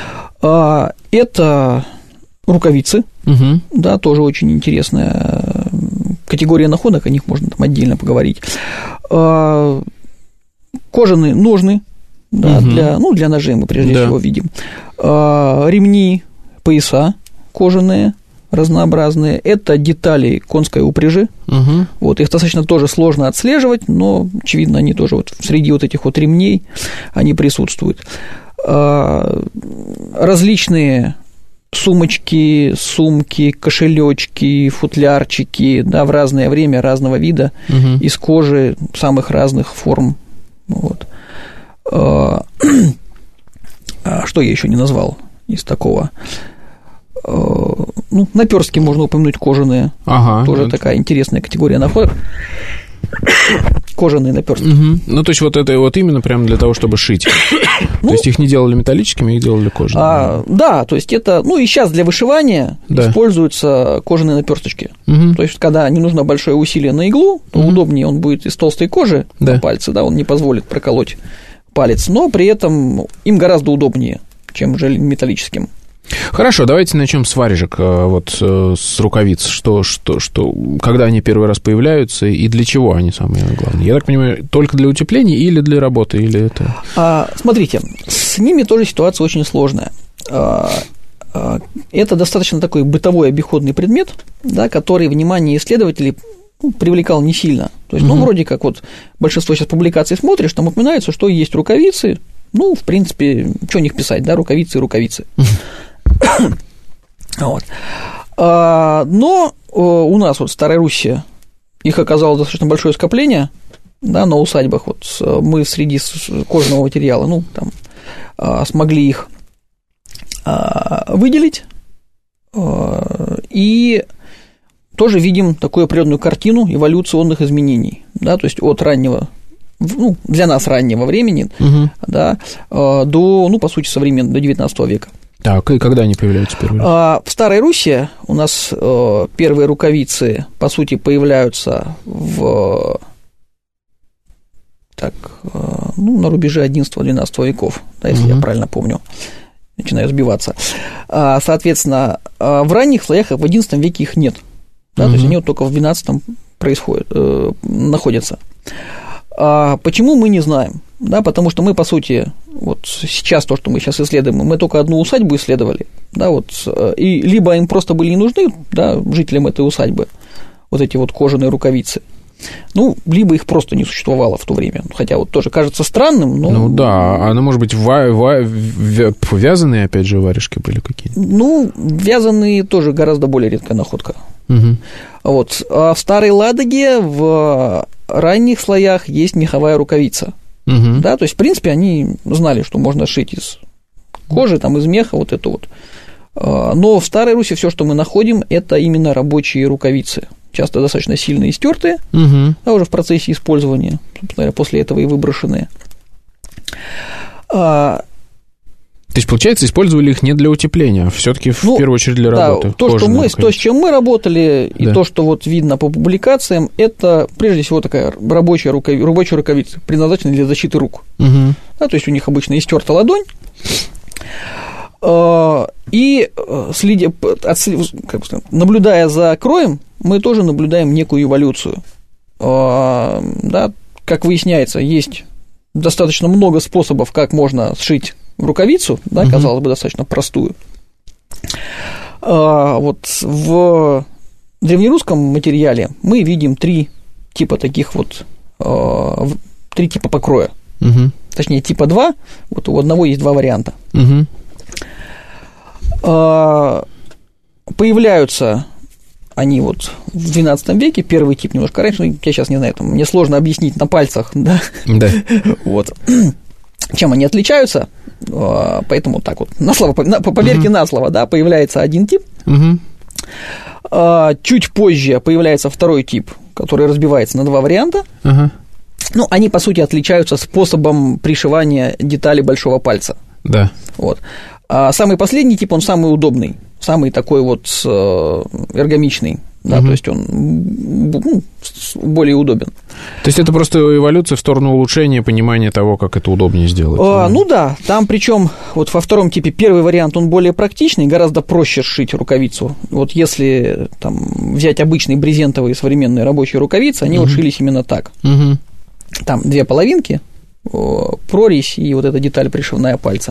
Это рукавицы, тоже очень интересная категория находок, о них можно там отдельно поговорить. Кожаные ножны, для ножей мы прежде всего видим. Ремни, пояса кожаные, разнообразные. Это детали конской упряжи. Их достаточно тоже сложно отслеживать, но, очевидно, они тоже среди вот этих вот ремней они присутствуют. Различные сумочки, сумки, кошелечки, футлярчики, в разное время, разного вида, из кожи самых разных форм. Что я еще не назвал из такого? Наперстки можно упомянуть кожаные. Тоже такая интересная категория находок. кожаные наперстки. Угу. Ну, то есть вот это вот именно прямо для того, чтобы шить. То есть их не делали металлическими, их делали кожаными. Да, то есть это, ну, и сейчас для вышивания используются кожаные наперсточки. То есть когда не нужно большое усилие на иглу, то удобнее он будет из толстой кожи на пальце, да, он не позволит проколоть палец, но при этом им гораздо удобнее, чем же металлическим. Хорошо, давайте начнем с варежек, вот с рукавиц. Что, когда они первый раз появляются и для чего они самые главные? Я так понимаю, только для утепления или для работы, или это? Смотрите, с ними тоже ситуация очень сложная. Это достаточно такой бытовой обиходный предмет, да, который внимание исследователей привлекал не сильно. То есть, вроде как вот большинство сейчас публикаций смотришь, там упоминается, что есть рукавицы, в принципе, что о них писать, да, рукавицы и рукавицы. Вот. Но у нас вот в Старой Руси их оказалось достаточно большое скопление, да, на усадьбах. Вот мы среди кожаного материала, смогли их выделить и тоже видим такую определенную картину эволюционных изменений, да, то есть от раннего, для нас раннего времени, да, до, по сути, современного, до 19 века. Так, и когда они появляются первые? В Старой Руси у нас первые рукавицы, по сути, появляются на рубеже XI-XII веков, да, если я правильно помню, начинаю сбиваться. Соответственно, в ранних слоях в XI веке их нет, да, то есть они вот только в XII находятся. Почему, мы не знаем, да, потому что мы, по сути, вот сейчас то, что мы сейчас исследуем, мы только одну усадьбу исследовали, да, вот, и либо им просто были не нужны, да, жителям этой усадьбы, вот эти вот кожаные рукавицы, либо их просто не существовало в то время, хотя вот тоже кажется странным, но... может быть, вязаные, опять же, варежки были какие-то? Вязаные тоже гораздо более редкая находка. Вот, а в Старой Ладоге в ранних слоях есть меховая рукавица, да, то есть, в принципе, они знали, что можно шить из кожи, там, из меха, вот это вот, но в Старой Руси все, что мы находим, это именно рабочие рукавицы, часто достаточно сильно истертые, а уже в процессе использования, собственно говоря, после этого и выброшенные. То есть, получается, использовали их не для утепления, а все-таки в первую очередь для работы. Да, то, с чем мы работали, и то, что вот видно по публикациям, это прежде всего такая рабочая рукавица, предназначенная для защиты рук. Да, то есть у них обычно истерта ладонь, и наблюдая за кроем, мы тоже наблюдаем некую эволюцию. Да, как выясняется, есть достаточно много способов, как можно сшить рукавицу, да, казалось бы, достаточно простую. Вот в древнерусском материале мы видим три типа таких вот, три типа покроя. Точнее, типа 2, вот у одного есть два варианта. Появляются они вот в XII веке, первый тип немножко раньше, я сейчас не знаю, мне сложно объяснить на пальцах, да. Вот. Чем они отличаются, поэтому так вот, поверьте на слово, да, появляется один тип, чуть позже появляется второй тип, который разбивается на два варианта, они, по сути, отличаются способом пришивания деталей большого пальца. Да. Вот. А самый последний тип, он самый удобный, самый такой вот эргономичный, да, то есть он более удобен. То есть это просто эволюция в сторону улучшения понимания того, как это удобнее сделать? Да, там причем вот во втором типе первый вариант, он более практичный, гораздо проще сшить рукавицу. Вот если там взять обычные брезентовые современные рабочие рукавицы, они вот шились именно так. Там две половинки, прорезь и вот эта деталь пришивная пальца.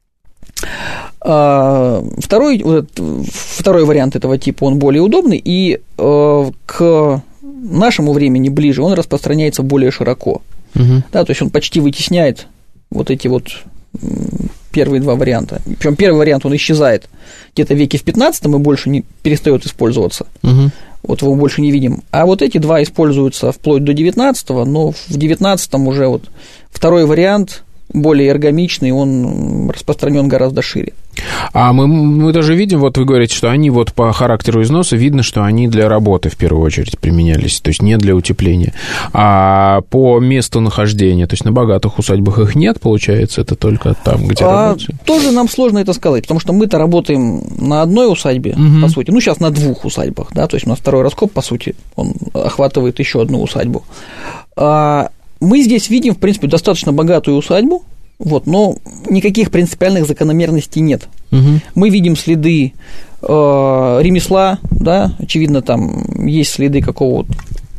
Второй вариант этого типа, он более удобный, и к нашему времени ближе он распространяется более широко. Да, то есть он почти вытесняет вот эти вот первые два варианта. Причем первый вариант, он исчезает где-то в веке в 15-м и больше не перестает использоваться. Вот его больше не видим. А вот эти два используются вплоть до 19-го, но в 19-м уже вот второй вариант более эргономичный, он распространен гораздо шире. А мы даже видим, вот вы говорите, что они вот по характеру износа видно, что они для работы в первую очередь применялись, то есть не для утепления. А по месту нахождения, то есть на богатых усадьбах их нет, получается, это только там, где работают? Тоже нам сложно это сказать, потому что мы-то работаем на одной усадьбе, по сути, ну, сейчас на 2 усадьбах, да, то есть у нас второй раскоп, по сути, он охватывает еще одну усадьбу. Мы здесь видим, в принципе, достаточно богатую усадьбу, вот, но никаких принципиальных закономерностей нет. Мы видим следы ремесла, да, очевидно, там есть следы какого-то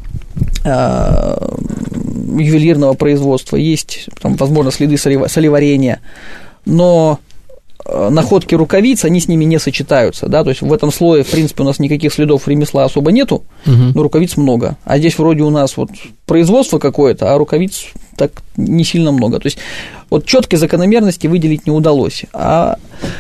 ювелирного производства, есть, там, возможно, следы солеварения, но находки рукавиц, они с ними не сочетаются, да, то есть в этом слое, в принципе, у нас никаких следов ремесла особо нету, но рукавиц много, а здесь вроде у нас вот производство какое-то, а рукавиц так не сильно много, то есть вот четкой закономерности выделить не удалось, а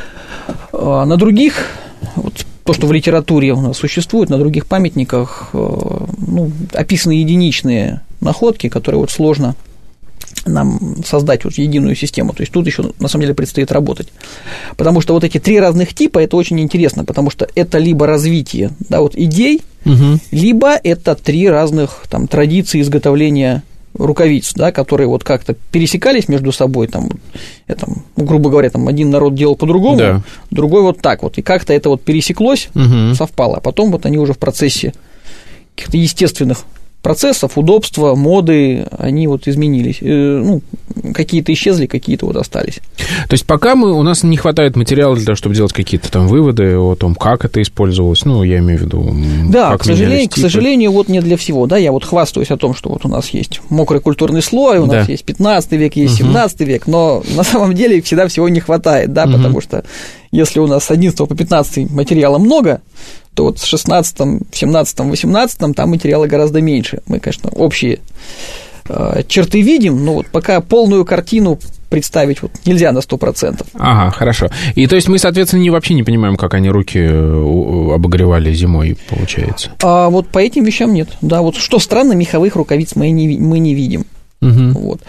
на других, вот то, что в литературе у нас существует, на других памятниках, ну, описаны единичные находки, которые вот сложно нам создать вот единую систему. То есть тут еще на самом деле предстоит работать. Потому что вот эти 3 разных типа, это очень интересно, потому что это либо развитие, да, вот идей, либо это 3 разных там традиции изготовления рукавиц, да, которые вот как-то пересекались между собой, там, это, грубо говоря, там один народ делал по-другому, да, другой вот так вот, и как-то это вот пересеклось, совпало, а потом вот они уже в процессе каких-то естественных процессов, удобства, моды, они вот изменились. Ну, какие-то исчезли, какие-то вот остались. То есть пока у нас не хватает материала для того, чтобы делать какие-то там выводы о том, как это использовалось, ну, я имею в виду, да, как к сожалению, вот не для всего, да, я вот хвастаюсь о том, что вот у нас есть мокрый культурный слой, у нас есть 15 век, есть 17 век, но на самом деле всегда всего не хватает, да, потому что если у нас с 11 по 15 материала много, то вот в 16, 17, 18 там материала гораздо меньше. Мы, конечно, общие черты видим, но вот пока полную картину представить вот нельзя на 100%. Ага, хорошо. И то есть мы, соответственно, вообще не понимаем, как они руки обогревали зимой, получается? А вот по этим вещам нет. Да, вот что странно, меховых рукавиц мы не видим. Вот.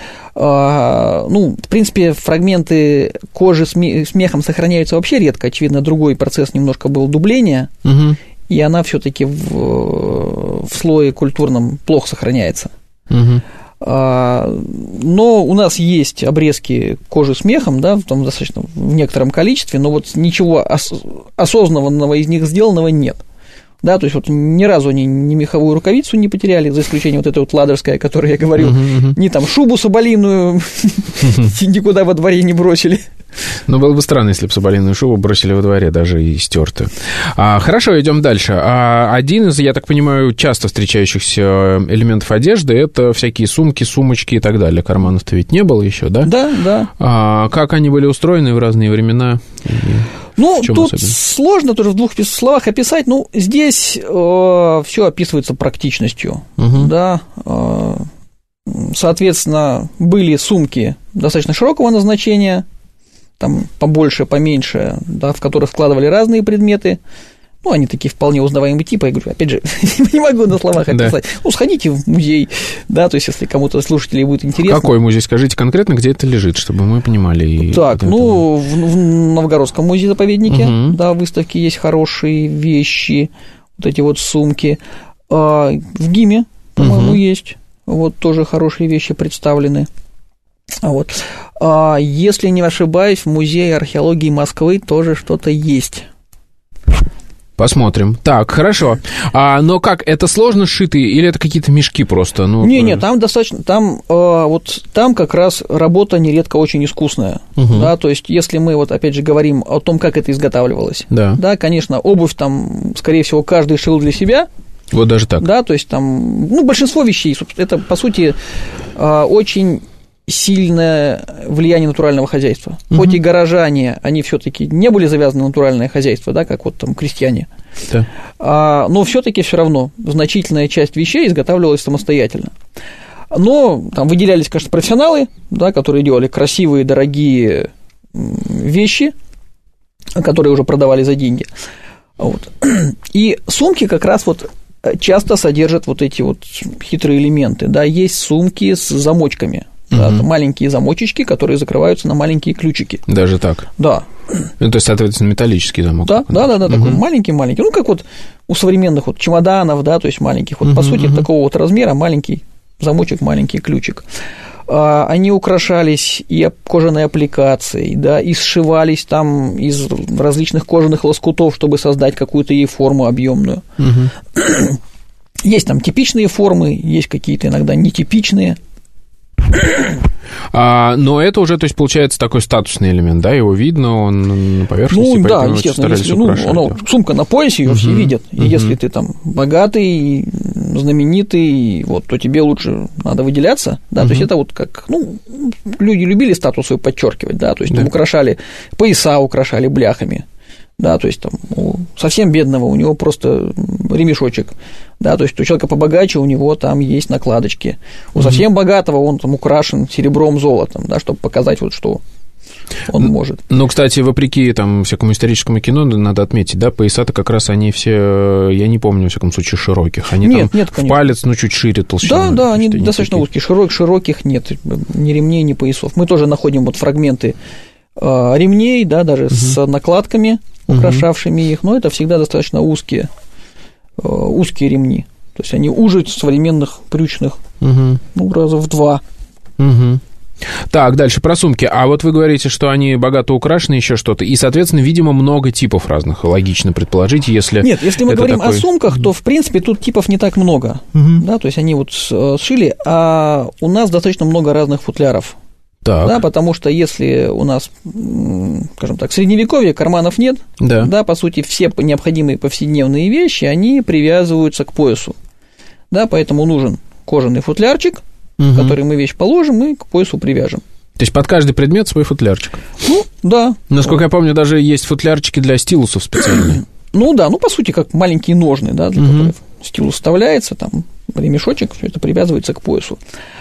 Ну, в принципе, фрагменты кожи с мехом сохраняются вообще редко. Очевидно, другой процесс немножко был дубления, и она все-таки в слое культурном плохо сохраняется. Но у нас есть обрезки кожи с мехом, да, там достаточно в некотором количестве, но вот ничего осознанного из них сделанного нет. Да, то есть вот ни разу они ни меховую рукавицу не потеряли, за исключением вот этой вот ладожской, о которой я говорил, ни там шубу соболиную никуда во дворе не бросили. Ну, было бы странно, если бы соболиную шубу бросили во дворе, даже и стертую. Хорошо, идем дальше. Один из, я так понимаю, часто встречающихся элементов одежды – это всякие сумки, сумочки и так далее. Карманов-то ведь не было еще, да? Да, да. Как они были устроены в разные времена? Ну, тут сложно тоже в 2 словах описать. Ну, здесь все описывается практичностью, да. Соответственно, были сумки достаточно широкого назначения, там побольше, поменьше, да, в которые вкладывали разные предметы. Ну, они такие вполне узнаваемые типы. Я говорю, опять же, не могу на словах описать. Да. Ну, сходите в музей, да, то есть, если кому-то слушателей будет интересно. Какой музей? Скажите конкретно, где это лежит, чтобы мы понимали. Так, ну, в Новгородском музее-заповеднике, да, выставки есть хорошие вещи, вот эти вот сумки. В ГИМе, по-моему, есть, вот тоже хорошие вещи представлены. Вот. Если не ошибаюсь, в Музее археологии Москвы тоже что-то есть. Посмотрим. Так, хорошо. Но как, это сложно сшитые или это какие-то мешки просто? Ну, не, там достаточно, там как раз работа нередко очень искусная, да, то есть если мы вот опять же говорим о том, как это изготавливалось, да, конечно, обувь там, скорее всего, каждый шил для себя. Вот даже так. Да, то есть там, ну, большинство вещей, это, по сути, очень сильное влияние натурального хозяйства. Хоть и горожане, они все-таки не были завязаны на натуральное хозяйство, да, как вот там крестьяне, но все-таки все равно значительная часть вещей изготавливалась самостоятельно. Но там выделялись, конечно, профессионалы, да, которые делали красивые, дорогие вещи, которые уже продавали за деньги. Вот. И сумки как раз вот часто содержат вот эти вот хитрые элементы. Да, есть сумки с замочками. Да, маленькие замочечки, которые закрываются на маленькие ключики. Даже так? Да. Ну, то есть, соответственно, металлический замок. Да, такой маленький-маленький. Ну, как вот у современных вот чемоданов, да, то есть маленьких. Вот, по сути, такого вот размера маленький замочек, маленький ключик. Они украшались и кожаной аппликацией, да, и сшивались там из различных кожаных лоскутов, чтобы создать какую-то ей форму объемную. Есть там типичные формы, есть какие-то иногда нетипичные. Но это уже, то есть, получается такой статусный элемент, да, его видно, он на поверхности, ну, поэтому да, естественно, старались украшать. Сумка на поясе, ее все видят, и если ты там богатый, знаменитый, вот, то тебе лучше надо выделяться, да, то есть это вот как, ну, люди любили статус свой подчеркивать, да, то есть там украшали, пояса украшали бляхами, да, то есть там у совсем бедного у него просто ремешочек, да, то есть у человека побогаче у него там есть накладочки, у совсем богатого он там украшен серебром, золотом, да, чтобы показать вот что он может. Ну, кстати, вопреки там всякому историческому кино, надо отметить, да, пояса-то как раз они все, я не помню, во всяком случае, широких, они нет, в палец, ну, чуть шире толщиной. Да, они достаточно узкие, широких нет, ни ремней, ни поясов. Мы тоже находим вот фрагменты ремней, да, даже с накладками, украшавшими их, но это всегда достаточно узкие ремни. То есть они уже современных брючных, ну, раза в 2. Так, дальше про сумки. А вот вы говорите, что они богато украшены, еще что-то, и, соответственно, видимо, много типов разных, логично предположить, если... Нет, если мы говорим о сумках, то, в принципе, тут типов не так много, да, то есть они вот сшили, а у нас достаточно много разных футляров. Так. Да, потому что если у нас, скажем так, средневековье, карманов нет, да, по сути, все необходимые повседневные вещи, они привязываются к поясу, да, поэтому нужен кожаный футлярчик, в который мы вещь положим и к поясу привяжем. То есть под каждый предмет свой футлярчик? Ну, да. Насколько я помню, даже есть футлярчики для стилусов специальные. Ну, да, ну, по сути, как маленькие ножны, да, для которых стилус вставляется, там, ремешочек, все это привязывается к поясу.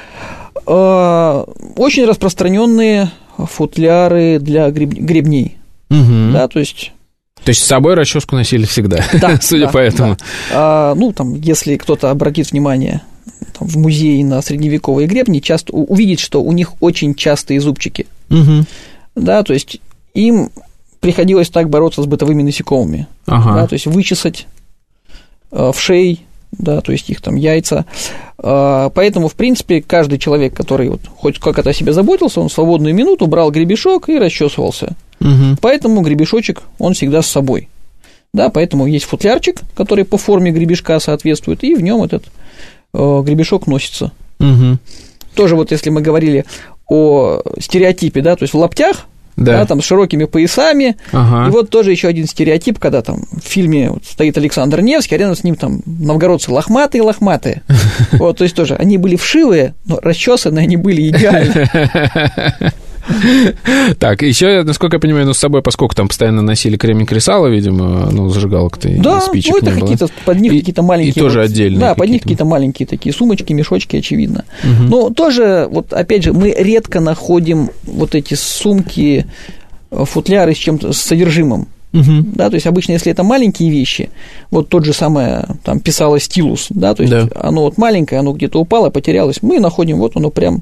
Очень распространенные футляры для гребней, да, то есть... То есть с собой расческу носили всегда, да, судя по этому. Да. Ну, там, если кто-то обратит внимание там, в музее на средневековые гребни, часто увидит, что у них очень частые зубчики, да, то есть им приходилось так бороться с бытовыми насекомыми, да, то есть вычесать в шее, да, то есть их там яйца. Поэтому, в принципе, каждый человек, который вот хоть как-то о себе заботился, он в свободную минуту брал гребешок и расчесывался. Поэтому гребешочек, он всегда с собой. Да, поэтому есть футлярчик, который по форме гребешка соответствует, и в нем этот гребешок носится. Тоже вот если мы говорили о стереотипе, да, то есть в лаптях, да, там с широкими поясами. И вот тоже еще один стереотип, когда там в фильме вот стоит Александр Невский, а рядом с ним там новгородцы лохматые. Вот, то есть тоже они были вшивые, но расчесанные они были идеально. Так, еще, насколько я понимаю, с собой, поскольку там постоянно носили кремень-кресало, видимо, ну, зажигалок-то и спичек не было. Да, ну, это под них какие-то маленькие... И тоже отдельные. Да, под них какие-то маленькие такие сумочки, мешочки, очевидно. Но тоже, вот опять же, мы редко находим вот эти сумки, футляры с чем-то, с содержимым. Да, то есть обычно, если это маленькие вещи, вот тот же самое, там, писало стилус, да, то есть оно вот маленькое, оно где-то упало, потерялось, мы находим, вот оно прям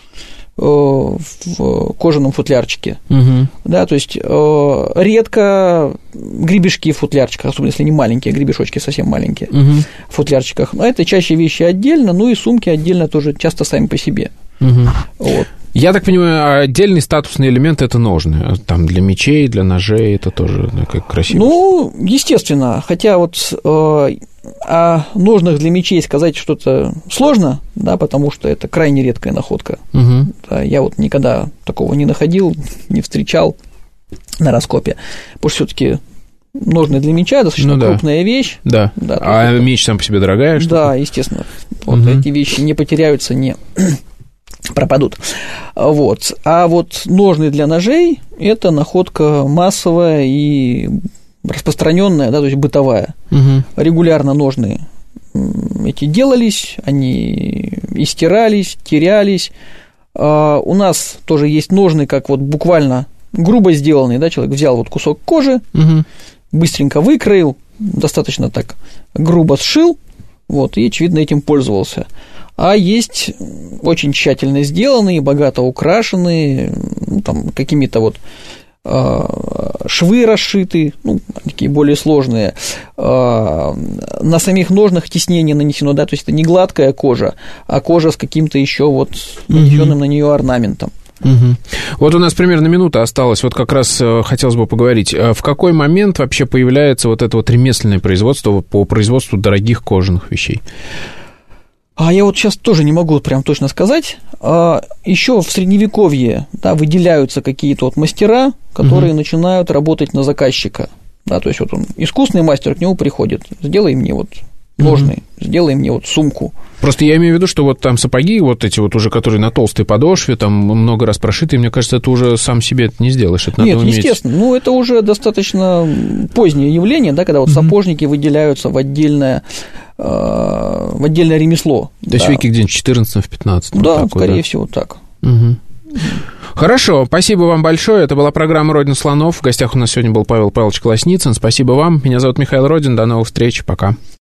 в кожаном футлярчике, да, то есть редко гребешки в футлярчиках, особенно если не маленькие, а гребешочки совсем маленькие в футлярчиках, но это чаще вещи отдельно, ну и сумки отдельно тоже часто сами по себе. Вот. Я так понимаю, отдельный статусный элемент – это ножны, там для мечей, для ножей, это тоже как красиво. Ну, естественно, хотя вот о ножнах для мечей сказать что-то сложно, да, потому что это крайне редкая находка. Да, я вот никогда такого не находил, не встречал на раскопе, потому что всё-таки ножны для меча достаточно крупная вещь. Да, а меч сам по себе дорогая штука? Да, естественно. Вот эти вещи не потеряются, не пропадут. Вот. А вот ножны для ножей – это находка массовая и распространенная, да, то есть бытовая. Регулярно ножны эти делались, они и стирались, терялись. У нас тоже есть ножны, как вот буквально грубо сделанные, да, человек взял вот кусок кожи, быстренько выкроил, достаточно так грубо сшил, вот, и, очевидно, этим пользовался. А есть очень тщательно сделанные, богато украшенные, ну, там, какими-то вот швы расшиты, ну, такие более сложные, на самих ножнах тиснение нанесено, да, то есть это не гладкая кожа, а кожа с каким-то еще вот нанесенным на нее орнаментом. Вот у нас примерно минута осталась, вот как раз хотелось бы поговорить, в какой момент вообще появляется вот это вот ремесленное производство по производству дорогих кожаных вещей? А я вот сейчас тоже не могу прям точно сказать. Еще в Средневековье, да, выделяются какие-то вот мастера, которые начинают работать на заказчика. Да, то есть вот он искусный мастер, к нему приходит, сделай мне вот ножны, сделай мне вот сумку. Просто я имею в виду, что вот там сапоги, вот эти вот уже, которые на толстой подошве, там много раз прошитые, мне кажется, это уже сам себе это не сделаешь, это Нет, надо уметь. Естественно, ну это уже достаточно позднее явление, да, когда вот сапожники выделяются в отдельное ремесло. То есть веке где-нибудь в 14-15. Да, вот такой, скорее всего, так. Хорошо, спасибо вам большое. Это была программа «Родина слонов». В гостях у нас сегодня был Павел Павлович Колосницын. Спасибо вам. Меня зовут Михаил Родин. До новых встреч. Пока.